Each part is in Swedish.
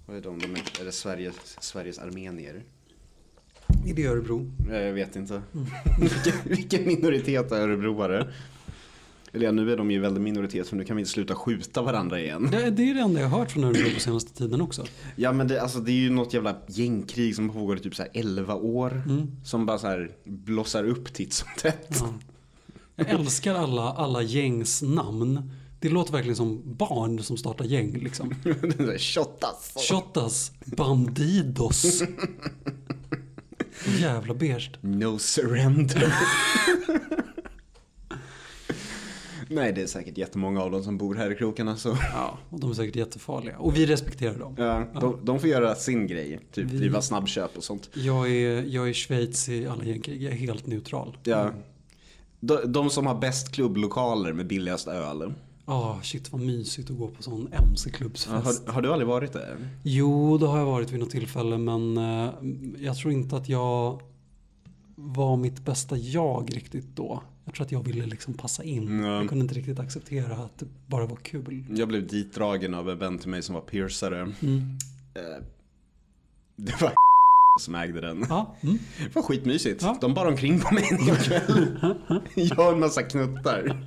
Vad är de? Är det Sveriges armenier? Är det Örebro? Jag vet inte. Vilken minoritet är örebroare? Eller ja, nu är de ju väldigt minoritet, för nu kan vi inte sluta skjuta varandra igen. Det är det enda jag har hört från Örebro på senaste tiden också. Ja, men det är ju något jävla gängkrig som pågår i typ så här 11 år. Som bara så här blossar upp titt som tätt. Ja. Jag älskar alla gängs namn. Det låter verkligen som barn som startar gäng liksom. Shotas, Bandidos. Jävla beige. No surrender. Nej, det är säkert jättemånga av dem som bor här i krokarna så. Ja, och de är säkert jättefarliga. Och vi respekterar dem. Ja, de får göra sin grej. Typ driva snabbköp och sånt. Jag är i Schweiz i alla gängkrig. Jag är helt neutral. Ja. De som har bäst klubblokaler med billigast öl. Shit vad mysigt att gå på sån MC-klubbsfest. Har du aldrig varit där? Jo, det har jag varit vid något tillfälle. Men jag tror inte att jag var mitt bästa jag riktigt då. Jag tror att jag ville liksom passa in. Jag kunde inte riktigt acceptera att det bara var kul. Jag blev ditdragen av en vän till mig som var piercare. Det var som ägde den. Det var skitmysigt. Ja. De bar omkring på mig en kväll. Jag har en massa knuttar.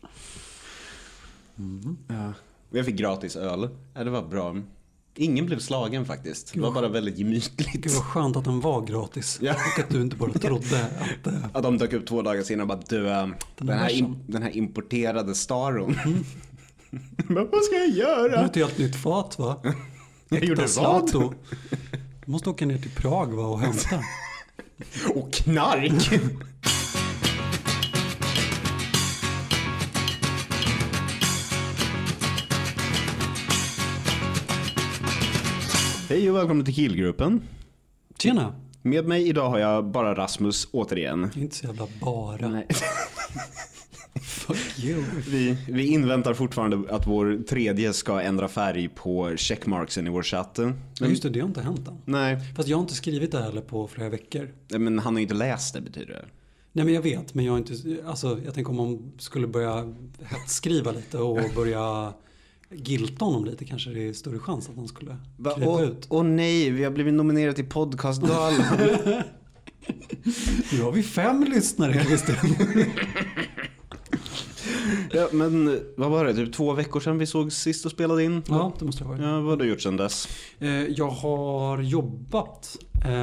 Ja. Och jag fick gratis öl. Det var bra. Ingen blev slagen faktiskt. Det var bara väldigt gemytligt. Det var skönt att den var gratis. Ja. Och att du inte bara trodde att de dök upp 2 dagar senare och bara den här importerade Staron. Men vad ska jag göra? Det är ett helt nytt fat, va? Jag gjorde vad? Du måste åka ner till Prag, va, och hämta. Och knark. Hej och välkommen till Killgruppen. Tjena. Med mig idag har jag bara Rasmus återigen. Inte så jävla bara. Nej. Fuck you. Vi inväntar fortfarande att vår tredje ska ändra färg på checkmarksen i vår chatt. Ja, just det har inte hänt än. Nej. Fast jag har inte skrivit det heller på flera veckor. Men han har inte läst det, betyder det. Nej, men jag vet, men jag har inte, alltså jag tänker om man skulle börja skriva lite och börja gilta honom lite, kanske det är större chans att han skulle kliva ut. Åh nej, vi har blivit nominerade till Podcastgalan. Nu har vi 5 lyssnare, Christian. Ja, men vad var det? Typ 2 veckor sedan vi såg sist och spelade in. Ja, det måste jag vara. Ja, vad har du gjort sedan dess? Jag har jobbat.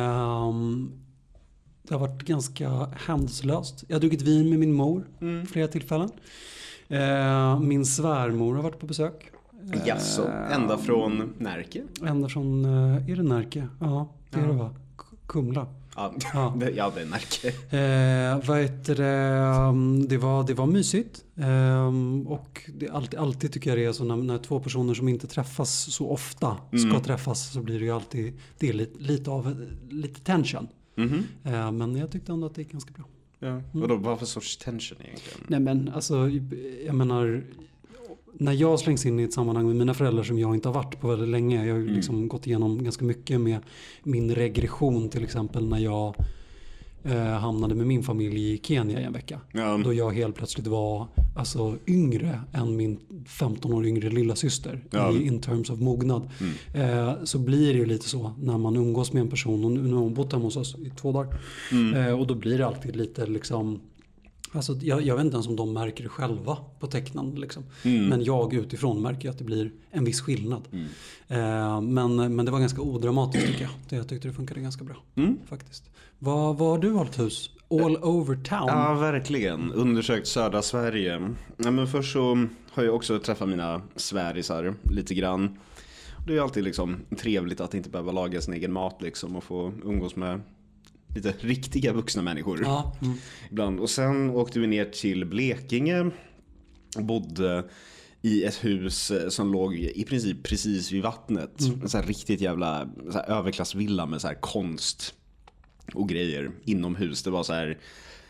Det har varit ganska händelselöst. Jag har druckit vin med min mor flera tillfällen. Min svärmor har varit på besök. Jaså, ända från Närke? Ända från, är det Närke? Ja, det är det, va? Kumla. Ja, det är Närke. Vad heter det? Det var mysigt. Och det alltid tycker jag det är så när 2 personer som inte träffas så ofta ska träffas, så blir det ju alltid lite tension. Men jag tyckte ändå att det är ganska bra. Ja. Vad för sorts tension egentligen? Nej, men alltså, jag menar, när jag slängs in i ett sammanhang med mina föräldrar som jag inte har varit på väldigt länge. Jag har liksom gått igenom ganska mycket med min regression, till exempel när jag hamnade med min familj i Kenya i en vecka. Ja. Då jag helt plötsligt var yngre än min 15 år yngre lilla syster in terms of mognad. Så blir det ju lite så när man umgås med en person, och nu har hon bott hemma hos oss i 2 dagar. Och då blir det alltid lite liksom, alltså jag vet inte ens om de märker det själva på tecknan liksom. Men jag utifrån märker att det blir en viss skillnad. Men det var ganska odramatiskt tycker jag. Jag tyckte det funkade ganska bra faktiskt. Vad har du hållit hus? All over town? Ja, verkligen. Undersökt södra Sverige. Ja, men först så har jag också träffat mina svärisar lite grann. Det är alltid liksom trevligt att inte behöva laga sin egen mat liksom, och få umgås med lite riktiga vuxna människor. Ja. Ibland. Och sen åkte vi ner till Blekinge och bodde i ett hus som låg i princip precis vid vattnet. En så här riktigt jävla så här överklassvilla med så här konst och grejer inomhus. Det var så här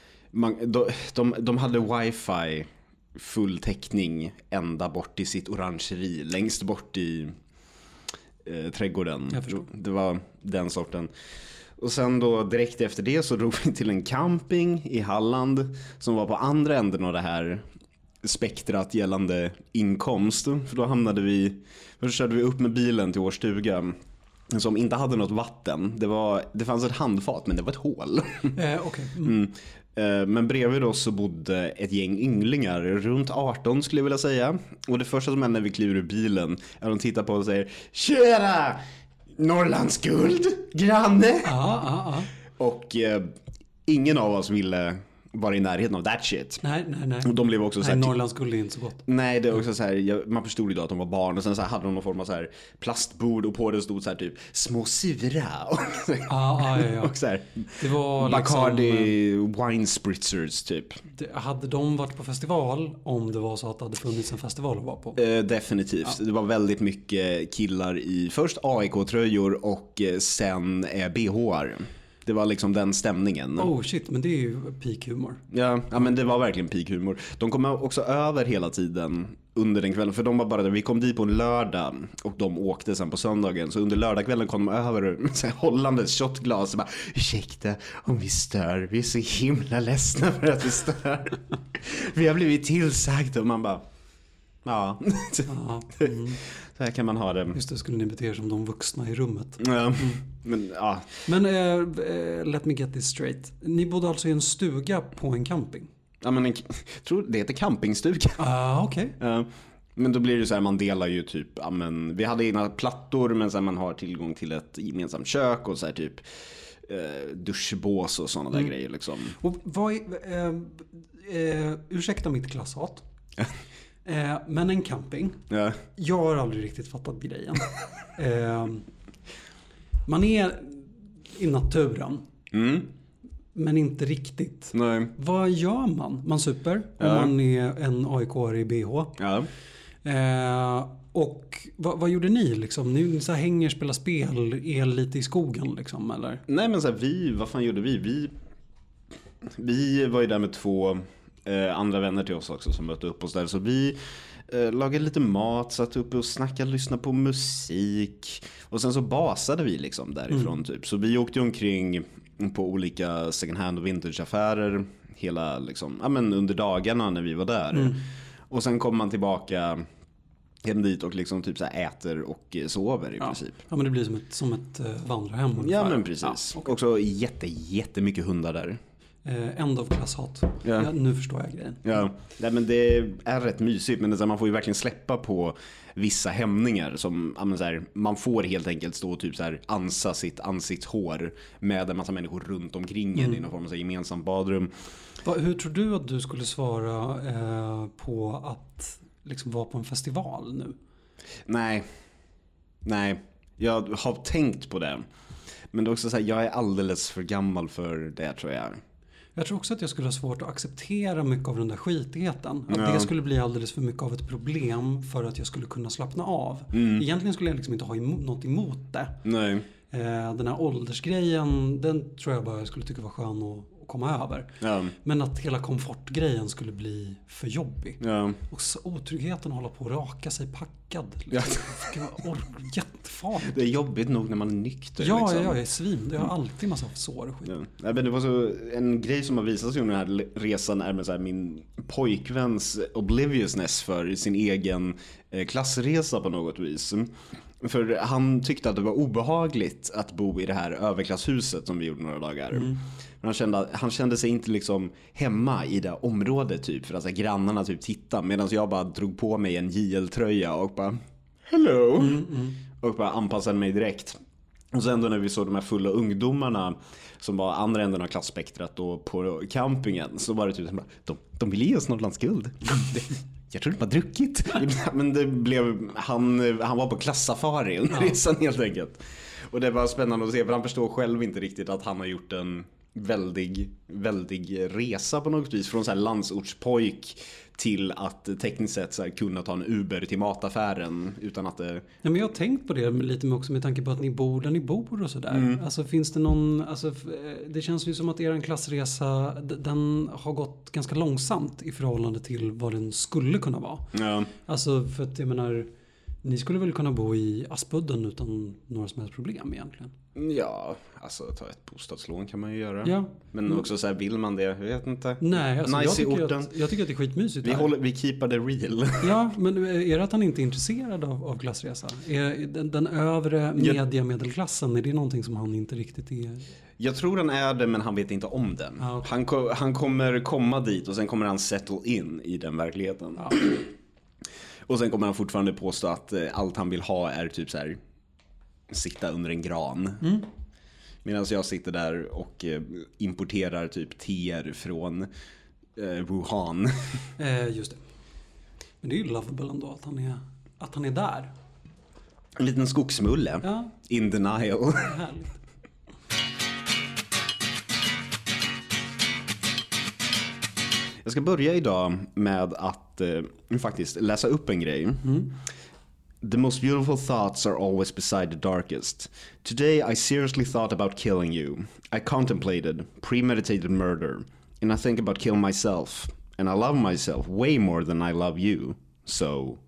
de hade wifi, full täckning ända bort i sitt orangeri längst bort i trädgården. Det var den sorten. Och sen då direkt efter det så drog vi till en camping i Halland som var på andra änden av det här spektrat gällande inkomst. För då hamnade först körde vi upp med bilen till vår stuga som inte hade något vatten. Det fanns ett handfat, men det var ett hål. Okay. Men bredvid oss så bodde ett gäng ynglingar, runt 18 skulle jag vilja säga. Och det första som hände när vi kliver ur bilen är att de tittar på och säger: "Tjena! Norrlands guld, granne!" Och ingen av oss ville vara i närheten av that shit. Nej. Och de blev också så här, Norrlands guld är inte så gott. Nej, det är också så här, man förstod ju då att de var barn. Och sen så här hade de någon form av så här plastbord och på det stod så här typ små sura. Och så här, det var Bacardi wine spritzers typ. Hade de varit på festival om det var så att det hade funnits en festival att vara på? Definitivt. Ja. Det var väldigt mycket killar i först AIK-tröjor och sen BHR. Det var liksom den stämningen. Oh shit, men det är ju peak-humor. Ja, men det var verkligen peak-humor. De kom också över hela tiden under den kvällen. För de var bara där, vi kom dit på en lördag och de åkte sen på söndagen. Så under lördagskvällen kom de över med hållandes shotglas och bara: "Ursäkta om vi stör, vi är så himla ledsna för att vi stör. Vi har blivit tillsagda." Och man bara: ja. Så här kan man ha det. Just det, skulle ni bete er som de vuxna i rummet. Ja, men ja. Men let me get this straight. Ni bodde alltså i en stuga på en camping? Ja, men tror det heter campingstuga. Okej. Men då blir det så här, man delar ju typ, ja, men vi hade egna plattor, men sen man har tillgång till ett gemensamt kök och så här typ duschbås och sådana där grejer liksom. Och vad ursäkta mitt klasshat. Men en camping. Ja. Jag har aldrig riktigt fattat grejen. Man är i naturen. Men inte riktigt. Nej. Vad gör man? Man super om man är en AIK i BH. Ja. Och vad gjorde ni liksom? Ni så här hänger, spelar spel, är lite i skogen liksom, eller? Nej, men så här, vad fan gjorde vi? Vi var ju där med 2 andra vänner till oss också som mötte upp oss där. Så vi lagade lite mat, satt uppe och snackade, lyssnade på musik. Och sen så basade vi liksom därifrån typ. Så vi åkte omkring på olika second hand och vintageaffärer hela liksom, ja, men under dagarna när vi var där. Och sen kom man tillbaka hem dit och liksom typ så här äter och sover i princip. Ja, men det blir som ett vandrarhem ungefär. Ja, men precis. Ja, okay. Också jättemycket hundar där. End of klasshat. Ja, nu förstår jag grejen. Ja, nej, men det är rätt mysigt, men det, man får ju verkligen släppa på vissa hämningar som så här, man får helt enkelt stå och typ så här ansa sitt ansiktshår med en massa människor runt omkring en i någon form av gemensamt badrum. Hur tror du att du skulle svara på att liksom vara på en festival nu? Nej, jag har tänkt på det. Men det är också så här, jag är alldeles för gammal för det, tror jag. Jag tror också att jag skulle ha svårt att acceptera mycket av den där skitigheten. Att det skulle bli alldeles för mycket av ett problem för att jag skulle kunna slappna av. Egentligen skulle jag liksom inte ha något emot det. Nej. Den här åldersgrejen, den tror jag bara jag skulle tycka var skön att komma över. Ja. Men att hela komfortgrejen skulle bli för jobbig. Ja. Och så otryggheten hålla på att raka sig packad. Liksom. Jättefarligt. Det är jobbigt nog när man är nykter. Ja, liksom. Jag är svin. Jag har alltid massa sår och skit. Ja. Men det var så, en grej som har visat sig under den här resan är med så här, min pojkväns obliviousness för sin egen klassresa på något vis. För han tyckte att det var obehagligt att bo i det här överklasshuset som vi gjorde några dagar. Han kände sig inte liksom hemma i det området typ, för att alltså, grannarna typ tittade, medan jag bara drog på mig en JL-tröja och bara hello och bara anpassade mig direkt. Och sen då när vi såg de här fulla ungdomarna som var andra änden av klasspektrat och på campingen, så var det typ de vill ge oss Norrlands guld. Jag tror de har druckit. Men det blev, han var på klassafari under resan helt enkelt. Och det var spännande att se, för han förstår själv inte riktigt att han har gjort en väldig resa på något vis. Från så här landsortspojk till att tekniskt sett så här kunna ta en Uber till mataffären utan att det... Ja, men jag har tänkt på det lite också med tanke på att ni bor där ni bor och sådär. Alltså finns det någon... Alltså, det känns ju som att er klassresa, den har gått ganska långsamt i förhållande till vad den skulle kunna vara. Ja. Alltså för att jag menar... Ni skulle väl kunna bo i Aspudden utan några som helst problem egentligen? Ja, alltså ta ett bostadslån kan man ju göra. Ja. Men också så här, vill man det? Jag vet inte. Nej, alltså Nice jag orten. tycker att det är skitmysigt. Vi keepar det real. Ja, men är det att han inte är intresserad av klassresa? Är den övre medelklassen, är det någonting som han inte riktigt är? Jag tror han är det, men han vet inte om den. Ah, okay. Han kommer komma dit och sen kommer han settle in i den verkligheten. Ah. Och sen kommer han fortfarande påstå att allt han vill ha är typ så här sitta under en gran. Medan jag sitter där och importerar typ teer från Wuhan. Just det. Men det är ju lovable ändå att han är där. En liten skogsmulle. Ja. In denial. Härligt. Jag ska börja idag med att faktiskt läsa upp en grej. The most beautiful thoughts are always beside the darkest. Today I seriously thought about killing you. I contemplated premeditated murder. And I think about killing myself. And I love myself way more than I love you. So...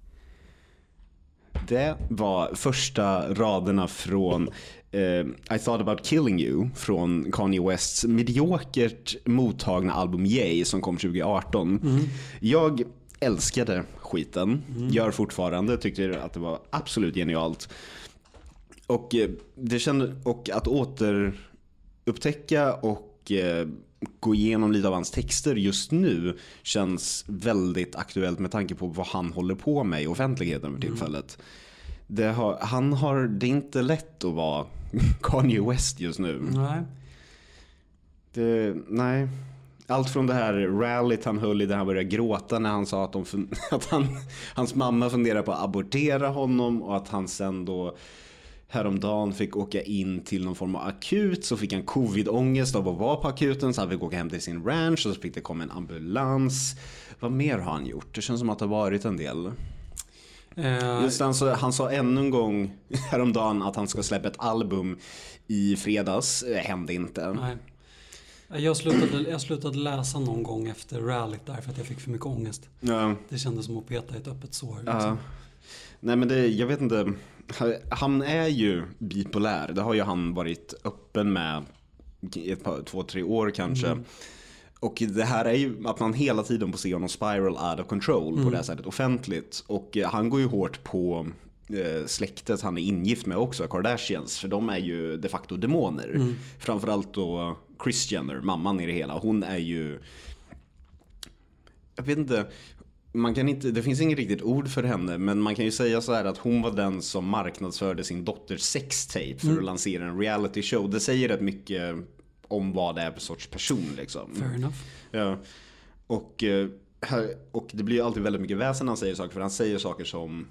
Det var första raderna från I thought about killing you från Kanye Wests mediokert mottagna album Yay som kom 2018. Jag älskade skiten, gör fortfarande, tyckte att det var absolut genialt. Och och att återupptäcka och gå igenom lite av hans texter just nu känns väldigt aktuellt med tanke på vad han håller på med i offentligheten för tillfället. Det är inte lätt att vara Kanye West just nu. Nej. Allt från det här rallyt han höll i där han började gråta när han sa att hans mamma funderar på att abortera honom och att han sen då häromdagen fick åka in till någon form av akut, så fick han covid-ångest av att vara på akuten, så han fick åka hem till sin ranch och så fick det komma en ambulans. Vad mer har han gjort? Det känns som att det har varit en del. Just han sa ännu en gång häromdagen att han ska släppa ett album i fredags. Det hände inte. Nej. Jag slutade läsa någon gång efter rallyt där för att jag fick för mycket ångest. Ja. Det kändes som att peta i ett öppet sår. Liksom. Nej, men jag vet inte. Han är ju bipolär. Det har ju han varit öppen med ett 2-3 år kanske. Och det här är ju att man hela tiden får se honom spiral out of control på det här sättet offentligt. Och han går ju hårt på släktet han är ingift med också, Kardashians. För de är ju de facto demoner. Framförallt då Kris Jenner, mamman i det hela. Hon är ju... Jag vet inte... det finns inget riktigt ord för henne, men man kan ju säga så här att hon var den som marknadsförde sin dotters sextape för att lansera en reality show. Det säger rätt mycket om vad det är för sorts person liksom. Fair enough. Ja. Och det blir ju alltid väldigt mycket väsen när han säger saker, för han säger saker som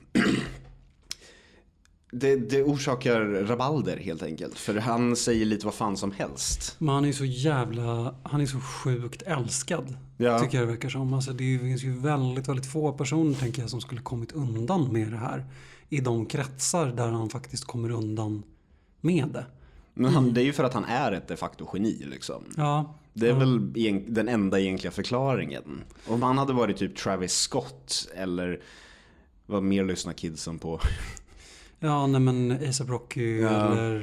det orsakar rabalder helt enkelt, för han säger lite vad fan som helst. Men han är så sjukt älskad, tycker jag det verkar som. Alltså det finns ju väldigt, väldigt få personer, tänker jag, som skulle kommit undan med det här i de kretsar där han faktiskt kommer undan med det. Men det är ju för att han är ett de facto geni liksom. Ja. Det är väl den enda egentliga förklaringen. Om han hade varit typ Travis Scott eller vad mer lyssnar kidsen på? Ja, nej men A$AP Rocky eller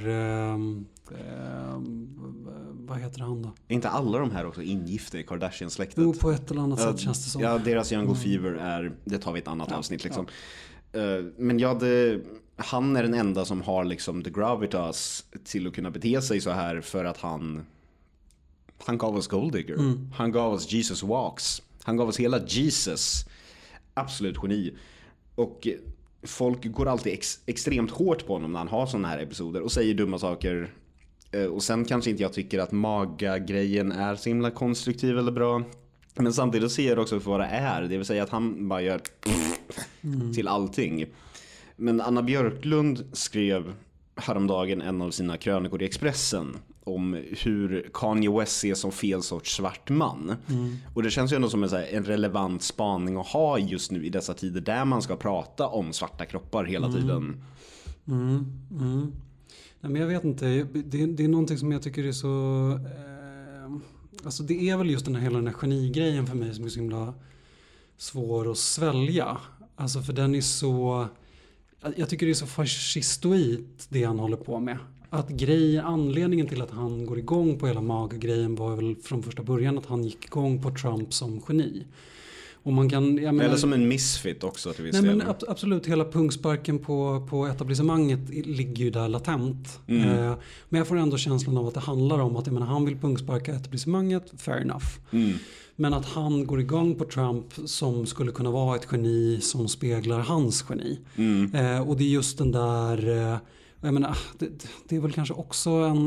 vad heter han då? Är inte alla de här också ingifta i Kardashian-släktet? På ett eller annat sätt känns det som. Ja, deras Jungle Fever det tar vi ett annat avsnitt liksom. Men han är den enda som har liksom the gravitas till att kunna bete sig så här, för att han gav oss Gold Digger. Han gav oss Jesus Walks. Han gav oss hela Jesus. Absolut geni. Och folk går alltid extremt hårt på honom när han har såna här episoder och säger dumma saker. Och sen kanske inte jag tycker att maga-grejen är så himla konstruktiv eller bra. Men samtidigt ser jag också för vad det är. Det vill säga att han bara gör till allting. Men Anna Björklund skrev häromdagen en av sina krönikor i Expressen om hur Kanye West ses som fel sorts svart man. Och det känns ju ändå som en relevant spaning att ha just nu i dessa tider där man ska prata om svarta kroppar hela tiden. Nej, men jag vet inte. Det är någonting som jag tycker är så... alltså det är väl just hela den här genigrejen för mig som är så himla svår att svälja. Alltså för den är så... Jag tycker det är så fascistoid det han håller på med. Att anledningen till att han går igång på hela MAGA-grejen var väl från första början att han gick igång på Trump som geni. Och man kan, eller som en misfit också till viss del. Men absolut, hela pungsparken på etablissemanget ligger ju där latent. Men jag får ändå känslan av att det handlar om att han vill pungsparka etablissemanget, fair enough. Men att han går igång på Trump som skulle kunna vara ett geni som speglar hans geni. Och det är just den där, jag menar, det är väl kanske också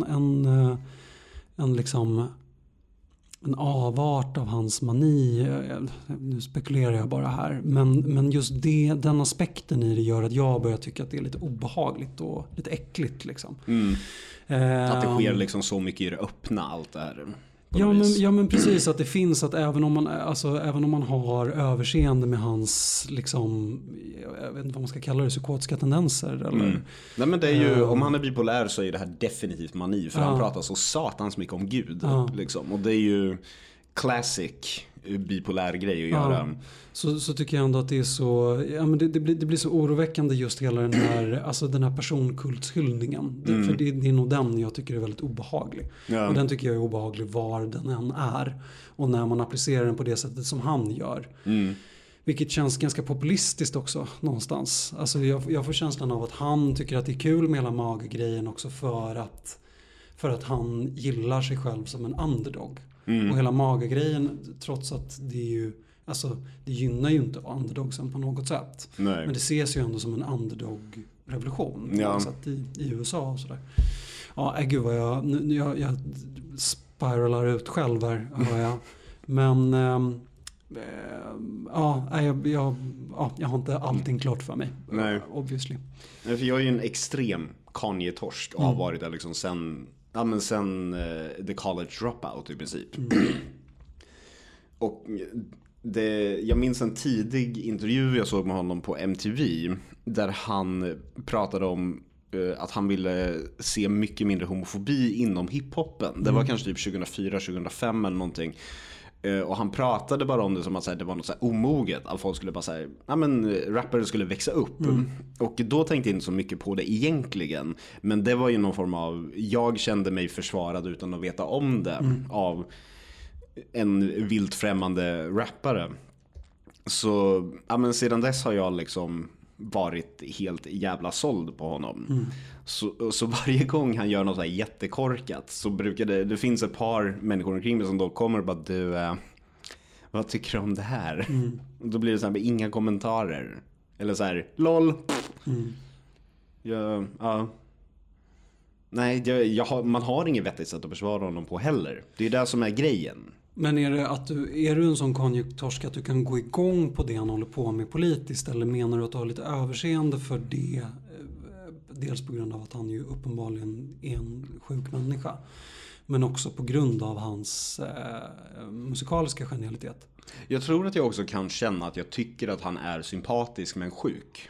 en liksom en avart av hans mani. Nu spekulerar jag bara här. Men just den aspekten i det gör att jag börjar tycka att det är lite obehagligt och lite äckligt. Liksom. Att det sker liksom så mycket i det öppna, allt det här. Ja men precis, att det finns att även om man har överseende med hans liksom, jag vet inte vad man ska kalla det, psykotiska tendenser eller. Nej, men det är ju, om han är bipolär så är det här definitivt mani, för han pratar så satans mycket om Gud liksom. Och det är ju classic bipolär grej att göra. Så tycker jag ändå att det är så, men det blir så oroväckande just hela den här personkultshyllningen. För det är nog den jag tycker är väldigt obehaglig. Och den tycker jag är obehaglig var den än är. Och när man applicerar den på det sättet som han gör. Vilket känns ganska populistiskt också någonstans. Alltså jag får känslan av att han tycker att det är kul med hela MAGA-grejen också för att han gillar sig själv som en underdog. Och hela MAGA-grejen, trots att det är ju, alltså det gynnar ju inte underdogsen på något sätt. Nej. Men det ses ju ändå som en underdog-revolution i USA och sådär. Ja, gud vad jag spiralar ut själv här, hör jag. Men jag har inte allting klart för mig. Nej. Obviously. Nej, för jag är ju en extrem Kanye-torsk och har varit där liksom sen the college dropout i princip. Och jag minns en tidig intervju jag såg med honom på MTV där han pratade om att han ville se mycket mindre homofobi inom hiphopen. Det var kanske typ 2004-2005 eller någonting. Och han pratade bara om det som att det var något så här omoget. Att folk skulle bara säga, rappare skulle växa upp. Och då tänkte jag inte så mycket på det egentligen. Men det var ju någon form av, jag kände mig försvarad utan att veta om det av en vilt främmande rappare. Så sedan dess har jag liksom varit helt jävla såld på honom. Så varje gång han gör något så här jättekorkat så brukar det finns ett par människor omkring mig som då kommer och bara, du, vad tycker du om det här? Och då blir det så här, inga kommentarer. Eller så här, lol. Nej, man har inget vettigt sätt att försvara honom på heller. Det är det som är grejen. Men är du en sån konjunktorsk att du kan gå igång på det han håller på med politiskt, eller menar du att du har lite överseende för det, dels på grund av att han ju uppenbarligen är en sjuk människa, men också på grund av hans musikaliska genialitet? Jag tror att jag också kan känna att jag tycker att han är sympatisk men sjuk.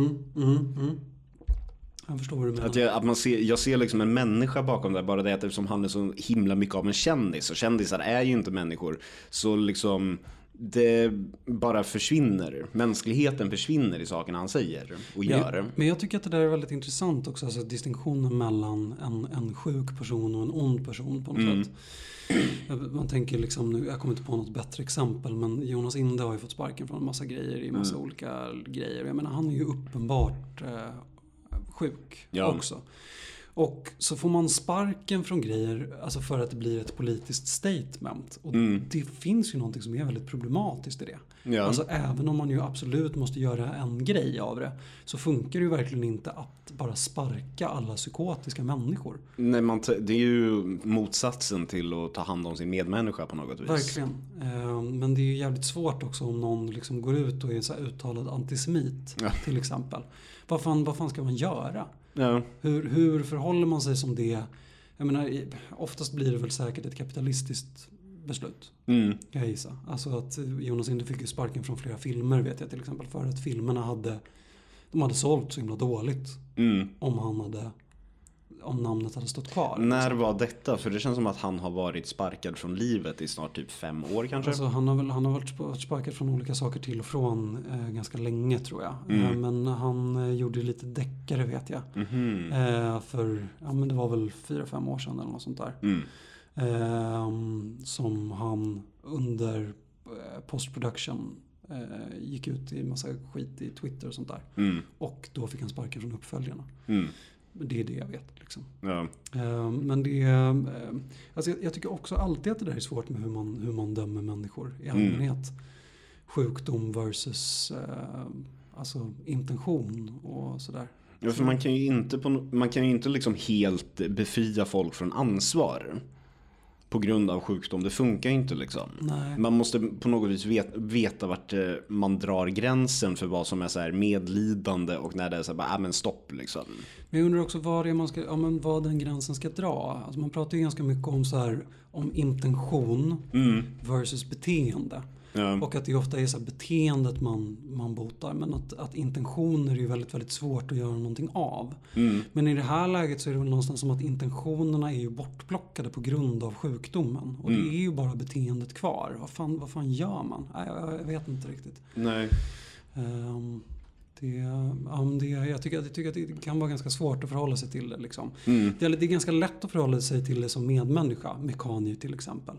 Jag förstår vad du menar. Jag ser liksom en människa bakom det, bara det att eftersom han är så himla mycket av en kändis, och kändisar är ju inte människor, så liksom det bara försvinner. Mänskligheten försvinner i sakerna han säger och gör. Men jag tycker att det där är väldigt intressant också, alltså distinktionen mellan en sjuk person och en ond person på något sätt. Man tänker liksom nu, jag kommer inte på något bättre exempel, men Jonas Inde har ju fått sparken från en massa grejer i massa olika grejer. Jag menar, han är ju uppenbart sjuk också. Och så får man sparken från grejer, alltså för att det blir ett politiskt statement. Och det finns ju någonting som är väldigt problematiskt i det. Ja. Alltså även om man ju absolut måste göra en grej av det, så funkar det ju verkligen inte att bara sparka alla psykotiska människor. Nej, det är ju motsatsen till att ta hand om sin medmänniska på något vis. Verkligen. Men det är ju jävligt svårt också om någon liksom går ut och är så här uttalad antisemit till exempel. Vad fan ska man göra? Ja. Hur förhåller man sig som det? Jag menar, oftast blir det väl säkert ett kapitalistiskt beslut. Jag gissar. Alltså att Jonas Inde fick ju sparken från flera filmer, vet jag till exempel, för att filmerna hade sålt så himla dåligt om han hade om namnet hade stått kvar. När var detta? För det känns som att han har varit sparkad från livet i snart typ 5 år kanske. Alltså han har varit sparkad från olika saker till och från ganska länge tror jag. Men han gjorde lite deckare vet jag. För men det var väl 4-5 år sedan eller något sånt där. Som han under postproduktion gick ut i massa skit i Twitter och sånt där. Och då fick han sparken från uppföljarna. Det är det jag vet liksom. Ja. Men det alltså jag tycker också alltid att det där är svårt med hur man dömer människor i allmänhet. Sjukdom versus alltså intention och sådär. Ja, för man kan ju inte liksom helt befria folk från ansvar på grund av sjukdom. Det funkar inte liksom. Nej. Man måste på något vis veta vart man drar gränsen för vad som är så här medlidande och när det är så här bara, men stopp liksom. Men jag undrar också vad den gränsen ska dra. Alltså man pratar ju ganska mycket om så här, om intention versus beteende. Ja. Och att det ofta är så här beteendet man botar. Men att intentioner är ju väldigt, väldigt svårt att göra någonting av. Men i det här läget så är det väl någonstans som att intentionerna är ju bortplockade på grund av sjukdomen. Och det är ju bara beteendet kvar. Vad fan gör man? Jag vet inte riktigt. Nej. Jag tycker att det kan vara ganska svårt att förhålla sig till det. Liksom. Det är ganska lätt att förhålla sig till det som medmänniska. Mekanier till exempel.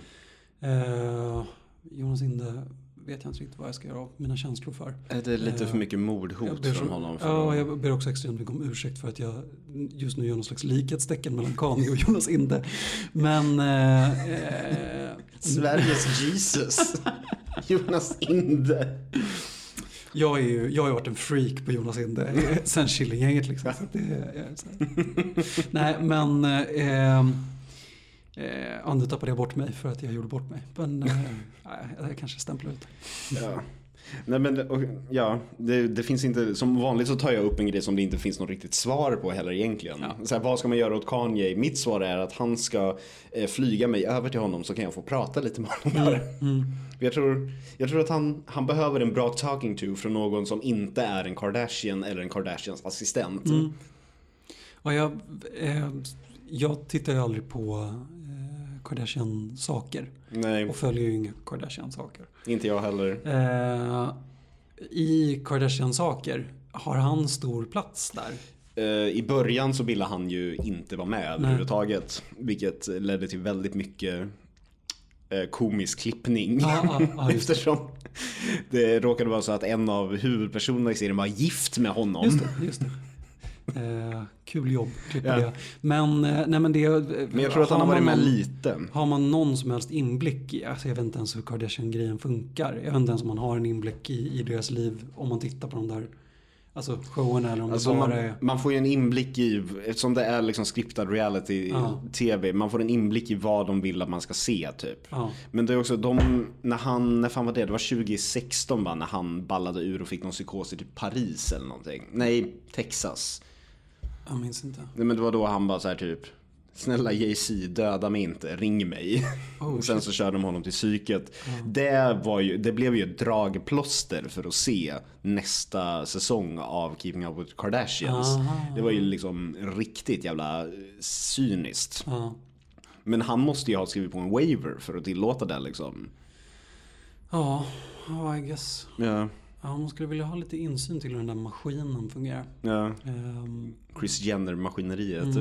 Jonas Inde vet jag inte riktigt vad jag ska göra av mina känslor för. Är det lite för mycket mordhot från honom? Ja, jag ber också extremt mycket om ursäkt för att jag just nu gör någon slags likhetstecken mellan Kanye och Jonas Inde. Men... Sveriges Jesus. Jonas Inde. Jag har ju varit en freak på Jonas Inde sen Killinggänget liksom. Så nej, men... nu tappade jag bort mig för att jag gjorde bort mig. Men jag kanske stämplar ut. Ja. Nej, men det finns inte, som vanligt så tar jag upp en grej som det inte finns något riktigt svar på heller egentligen. Ja. Så här, vad ska man göra åt Kanye? Mitt svar är att han ska flyga mig över till honom så kan jag få prata lite med honom där. Jag tror att han behöver en bra talking to från någon som inte är en Kardashian eller en Kardashians assistent. Ja, jag tittar ju aldrig på Kardashian-saker. Nej. Och följer ju inga Kardashian-saker. Inte jag heller. I Kardashian-saker, har han stor plats där? I början så ville han ju inte vara med överhuvudtaget. Vilket ledde till väldigt mycket komisk klippning. Eftersom det råkade vara så att en av huvudpersonerna i serien var gift med honom. Just det. Kul jobb, klipper det. Men jag tror att han har varit med lite. Har man någon som helst inblick i, alltså jag vet inte ens hur Kardashian-grejen funkar. Jag vet inte ens om man har en inblick i deras liv om man tittar på de där showen eller om alltså det bara är... Man får ju en inblick i, eftersom det är liksom scriptad reality-tv, man får en inblick i vad de vill att man ska se typ. Men det är också när fan var det? Det var 2016 när han ballade ur och fick någon psykos i typ Paris eller någonting. Nej, Texas. Jag minns inte. Nej, men det var då han bara så här typ, snälla Jay-Z, döda mig inte, ring mig. Och sen så körde de honom till psyket. Det blev ju ett dragplåster för att se nästa säsong av Keeping Up with Kardashians. Det var ju liksom riktigt jävla cyniskt. Men han måste ju ha skrivit på en waiver för att tillåta det liksom. Ja, I guess. Ja. Ja, man skulle vilja ha lite insyn till hur den där maskinen fungerar. Ja. Chris Jenner-maskineriet.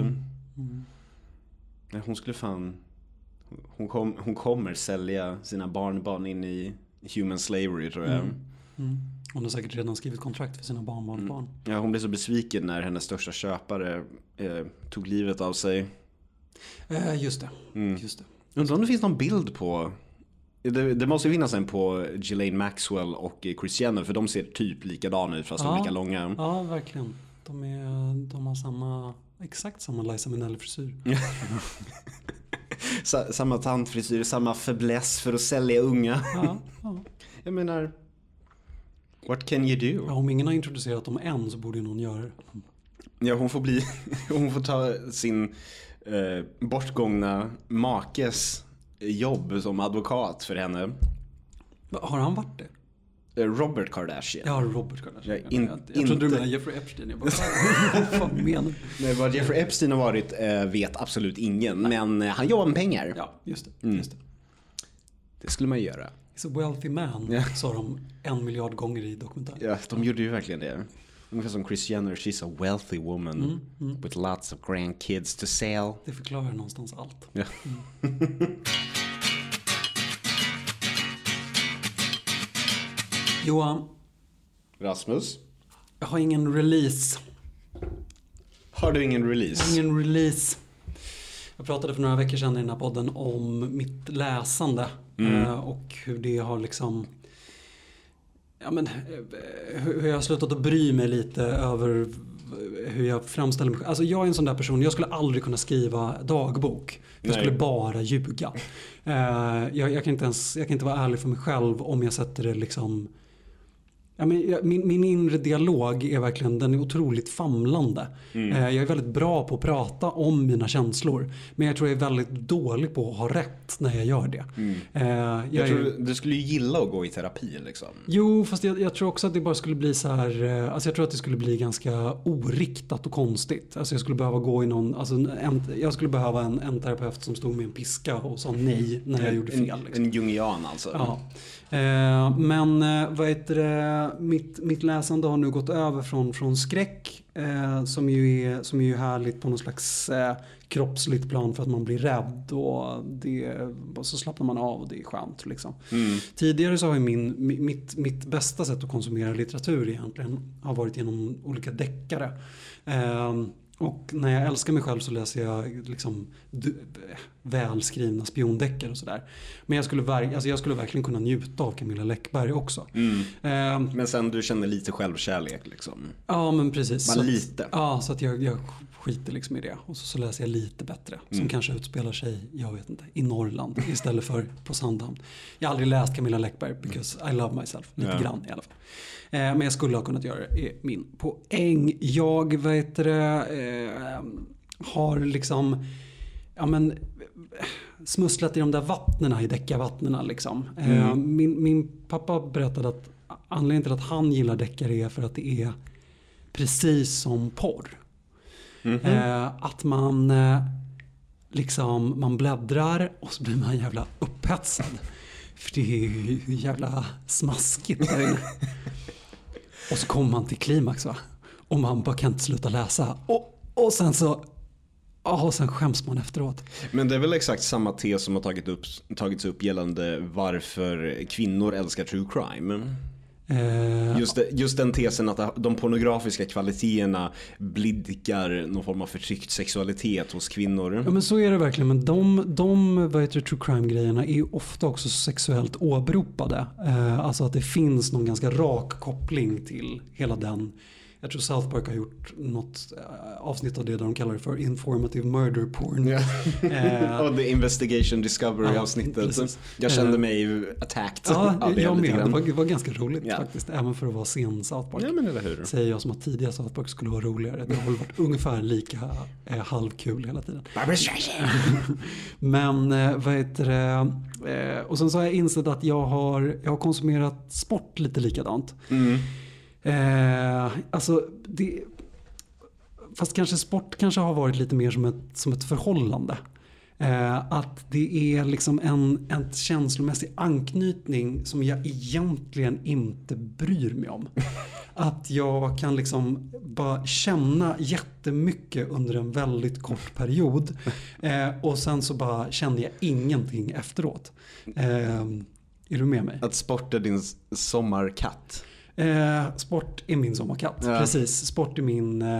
Hon skulle fan... Hon kommer sälja sina barnbarn in i human slavery, tror jag. Hon har säkert redan skrivit kontrakt för sina barnbarn. Ja, hon blev så besviken när hennes största köpare tog livet av sig. Just det. Undrar om det finns någon bild på... Det måste finnas en på Ghislaine Maxwell och Kris Jenner, för de ser typ likadana ut fast de är lika långa. Ja, verkligen. De har exakt samma Liza Minnelli-frisyr. Samma tandfrisyr, samma fäbless för att sälja unga. Ja. Jag menar, what can you do? Ja, om ingen har introducerat dem än så borde ju någon göra det. Ja, hon får ta sin bortgångna makes jobb som advokat för henne. Har han varit det? Robert Kardashian. Ja, Robert Kardashian. Jag trodde du menade Jeffrey Epstein. Jag bara, vad fan menar du? Nej, vad Jeffrey Epstein har varit vet absolut ingen. Men han jobbar med pengar. Ja, just det. Det skulle man ju göra. He's a wealthy man, sa de 1 miljard gånger i dokumentären. Ja, de gjorde ju verkligen det. Ungefär som Kris Jenner, she's a wealthy woman with lots of grandkids to sell. Det förklarar någonstans allt. Ja. Johan. Rasmus. Jag har ingen release. Har du ingen release? Ingen release. Jag pratade för några veckor sedan i den här podden om mitt läsande. Och hur det har liksom... Ja, men, hur jag har slutat att bry mig lite över hur jag framställer mig. Alltså jag är en sån där person, jag skulle aldrig kunna skriva dagbok. Jag skulle bara ljuga. Jag kan inte vara ärlig för mig själv om jag sätter det liksom... Ja, men min inre dialog är verkligen, den är otroligt famlande. Jag är väldigt bra på att prata om mina känslor. Men jag tror jag är väldigt dålig på att ha rätt när jag gör det. Jag tror du skulle ju gilla att gå i terapi liksom. Jo, fast jag tror också att det bara skulle bli så här... Alltså jag tror att det skulle bli ganska oriktat och konstigt. Alltså jag skulle behöva gå i någon... Alltså jag skulle behöva en terapeut som stod med en piska och sa nej när jag gjorde fel. Liksom. En jungian alltså. Ja. Men vad heter det, mitt läsande har nu gått över från skräck som ju är härligt på någon slags kroppsligt plan för att man blir rädd och så slappnar man av och det är skönt liksom. Tidigare så har ju mitt bästa sätt att konsumera litteratur egentligen har varit genom olika deckare. Och när jag älskar mig själv så läser jag liksom välskrivna spiondeckare och sådär. Men jag skulle verkligen kunna njuta av Camilla Läckberg också. Men sen du känner lite självkärlek liksom. Ja, men precis. Bara lite. Ja, så att jag skiter liksom i det. Och så läser jag lite bättre. Som kanske utspelar sig, jag vet inte, i Norrland istället för på Sandhamn. Jag har aldrig läst Camilla Läckberg because I love myself. Lite grann i alla fall. Men jag skulle ha kunnat göra det i min poäng. Jag har liksom smusslat i de där vattnena, i deckarvattnena liksom. Min pappa berättade att anledningen till att han gillar deckare är för att det är precis som porr. Att man bläddrar och så blir man jävla upphetsad. För det är ju jävla smaskigt där inne. Och så kommer man till klimax, va? Och man bara kan inte sluta läsa. Och sen så... och sen skäms man efteråt. Men det är väl exakt samma tes som har tagits upp gällande varför kvinnor älskar true crime. Just den tesen att de pornografiska kvaliteterna blidkar någon form av förtryckt sexualitet hos kvinnor. Ja, men så är det verkligen. Men de true crime-grejerna är ju ofta också sexuellt åberopade. Alltså att det finns någon ganska rak koppling till hela den. Jag tror South Park har gjort något avsnitt av det där de kallar det för informative murder porn. Och the investigation discovery avsnittet. Jag kände mig attacked. Ja, jag med. Det var ganska roligt faktiskt. Även för att vara sen South Park. Ja, men eller hur? Säger jag som att tidiga South Park skulle vara roligare. Det har väl varit ungefär lika halvkul hela tiden. Men vad heter det? Och sen så har jag insett att jag har konsumerat sport lite likadant. Alltså fast kanske sport kanske har varit lite mer som ett förhållande. Att det är liksom en känslomässig anknytning som jag egentligen inte bryr mig om. Att jag kan liksom bara känna jättemycket under en väldigt kort period. Och sen så bara känner jag ingenting efteråt. Är du med mig? Att sport är din sommarkatt. Sport är min sommarkatt. Precis, sport är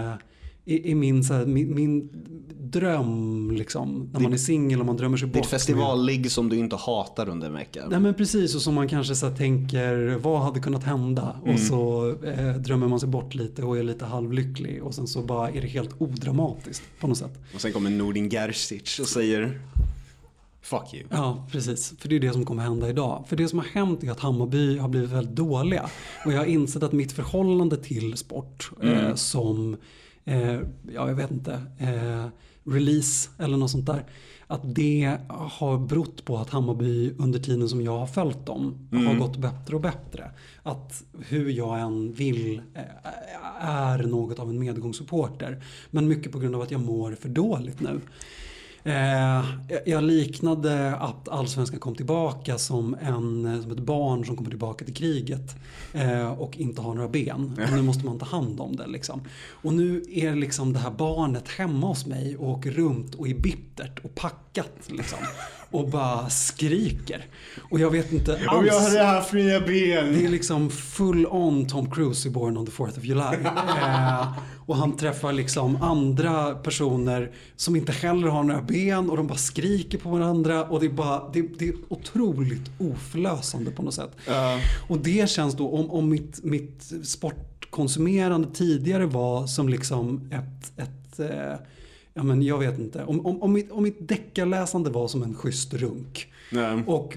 min dröm liksom. När man är singel och man drömmer sig bort. Det är ett festivalligg som du inte hatar under en vecka. Nej, men precis, och som man kanske så tänker, vad hade kunnat hända? Och så drömmer man sig bort lite och är lite halvlycklig. Och sen så bara är det helt odramatiskt på något sätt. Och sen kommer Nordin Gerzic och säger... Fuck you. Ja, precis. För det är det som kommer hända idag. För det som har hänt är att Hammarby har blivit väldigt dåliga. Och jag har insett att mitt förhållande till sport som, jag vet inte, release eller något sånt där. Att det har berott på att Hammarby under tiden som jag har följt dem har gått bättre och bättre. Att hur jag än vill är något av en medgångssupporter. Men mycket på grund av att jag mår för dåligt nu. Jag liknade att Allsvenskan kom tillbaka som ett barn som kommer tillbaka till kriget och inte har några ben. Och nu måste man ta hand om det liksom. Och nu är liksom det här barnet hemma hos mig och åker runt och är bittert och packat liksom. Och bara skriker. Och jag vet inte alls. Om jag hade haft mina ben. Det är liksom full on Tom Cruise i Born on the 4th of July. Och han träffar liksom andra personer som inte heller har några ben och de bara skriker på varandra och det är otroligt oförlösande på något sätt. Och det känns då om mitt sportkonsumerande tidigare var som liksom ja men jag vet inte. Om mitt deckarläsande var som en schysst runk. Och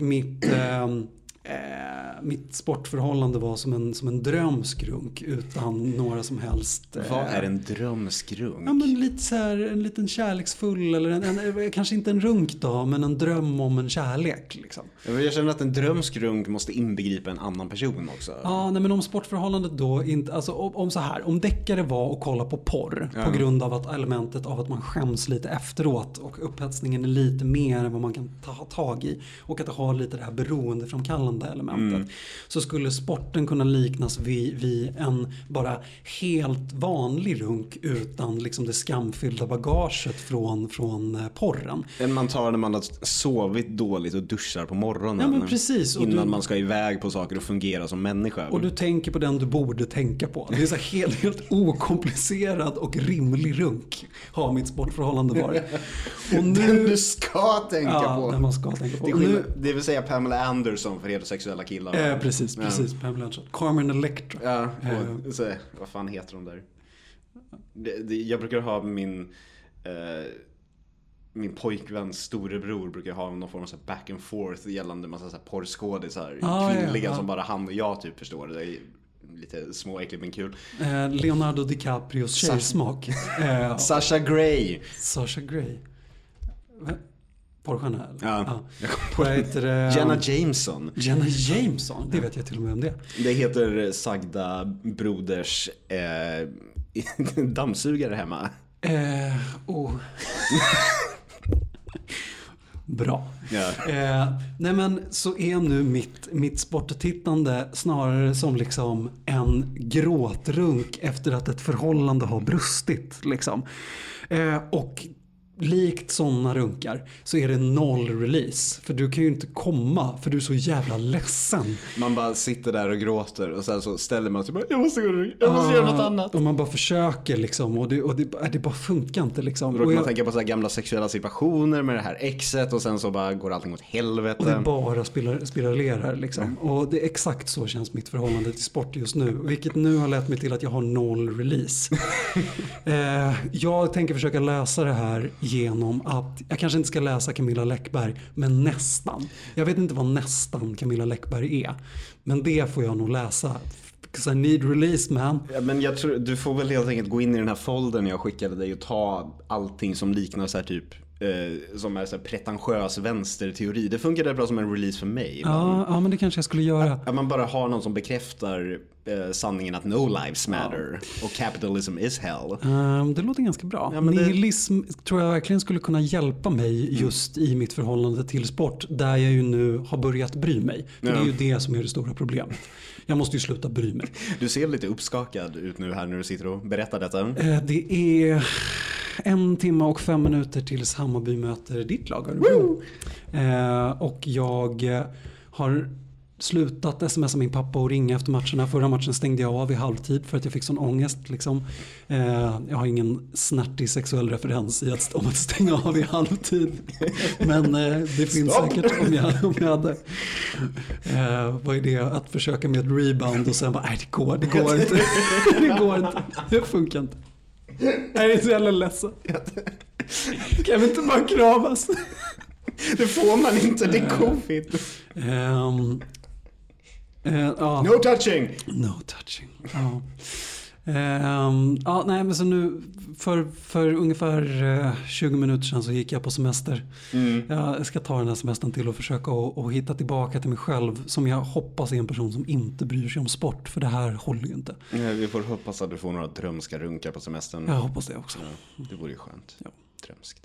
mitt sportförhållande var som en drömskrunk utan några som helst... Vad är en drömskrunk? Ja, men lite så här, en liten kärleksfull eller kanske inte en runk då, men en dröm om en kärlek liksom. Jag känner att en drömskrunk måste inbegripa en annan person också. Ja, nej, men om sportförhållandet då inte, alltså om så här, om deckare var att kolla på porr på grund av att elementet av att man skäms lite efteråt och upphetsningen är lite mer än vad man kan ta tag i och att det har lite det här beroendeframkallande elementet, så skulle sporten kunna liknas vid en bara helt vanlig runk utan liksom det skamfyllda bagaget från porren. Man tar när man har sovit dåligt och duschar på morgonen. Ja, men precis. Och innan man ska iväg på saker och fungera som människa. Och du tänker på den du borde tänka på. Det är så helt okomplicerad och rimlig runk har mitt sportförhållande varit. Och nu, den du ska tänka på. Den man ska tänka på. Det vill säga Pamela Anderson för heterosexuella killar. Precis. Pamela Anderson. Carmen Electra. Ja, och så, vad fan heter de där? Jag brukar ha min pojkväns storebror brukar ha någon form av så back and forth gällande massa så här porrskådisar, kvinnliga som bara han och jag typ förstår. Det är lite småäckligt men kul. Leonardo DiCaprios tjejsmak. Sasha Grey. Porrstjärna? Ja. Jenna Jameson. Jenna Jameson, det vet jag till och med om det. Det heter sagda broders dammsugare hemma. Bra. Ja. Nej men så är nu mitt sporttittande snarare som liksom en gråtrunk efter att ett förhållande har brustit liksom. Och likt sådana runkar så är det 0 release. För du kan ju inte komma för du är så jävla ledsen. Man bara sitter där och gråter och sen så ställer man sig bara, jag måste göra något annat. Och man bara försöker liksom och det bara funkar inte liksom. Då kan man tänka på så här gamla sexuella situationer med det här exet och sen så bara går allting åt helvete. Och det bara spiralerar liksom. Och det är exakt så känns mitt förhållande till sport just nu. Vilket nu har lett mig till att jag har 0 release. Jag tänker försöka lösa det här genom att, jag kanske inte ska läsa Camilla Läckberg, men nästan. Jag vet inte vad nästan Camilla Läckberg är. Men det får jag nog läsa. Because I need release, man. Ja, men jag tror, du får väl helt enkelt gå in i den här foldern jag skickade dig och ta allting som liknar så här typ som är så här pretentiös vänsterteori. Det funkar bra som en release för mig. Ja, men det kanske jag skulle göra. Att man bara har någon som bekräftar sanningen att no lives matter och capitalism is hell. Det låter ganska bra. Ja, nihilism tror jag verkligen skulle kunna hjälpa mig just i mitt förhållande till sport, där jag ju nu har börjat bry mig. För det är ju det som är det stora problemet. Jag måste ju sluta bry mig. Du ser lite uppskakad ut nu här när du sitter och berättar detta. Det är 1 timme och 5 minuter tills Hammarby möter ditt lag. Och jag har slutat smsa min pappa och ringa efter matcherna. Förra matchen stängde jag av i halvtid för att jag fick sån ångest. Liksom. Jag har ingen snärtig sexuell referens om att stänga av i halvtid. Men det finns säkert om jag hade. Vad är det? Att försöka med ett rebound och sen bara, nej det går inte. Det går inte. Det funkar inte. Jag är så jävla ledsen. Kan vi inte bara kramas? Det får man inte, det är covid. No touching. No touching. Ja. Nej, men så nu för ungefär 20 minuter sedan så gick jag på semester. Jag ska ta den här semestern till och försöka och hitta tillbaka till mig själv, som jag hoppas är en person som inte bryr sig om sport, för det här håller ju inte. Vi får hoppas att du får några drömska runkar på semestern. Jag hoppas det också. Ja, det vore ju skönt. Ja. Drömskt.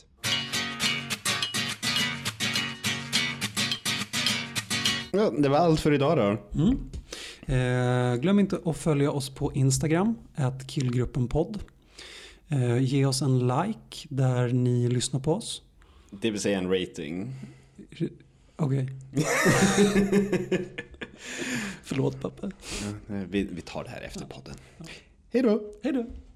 Ja, det var allt för idag då. Glöm inte att följa oss på Instagram @killgruppenpodd. Ge oss en like där ni lyssnar på oss. Det vill säga en rating. Okej. Förlåt pappa. Vi tar det här efter podden. Hej då. Hej då.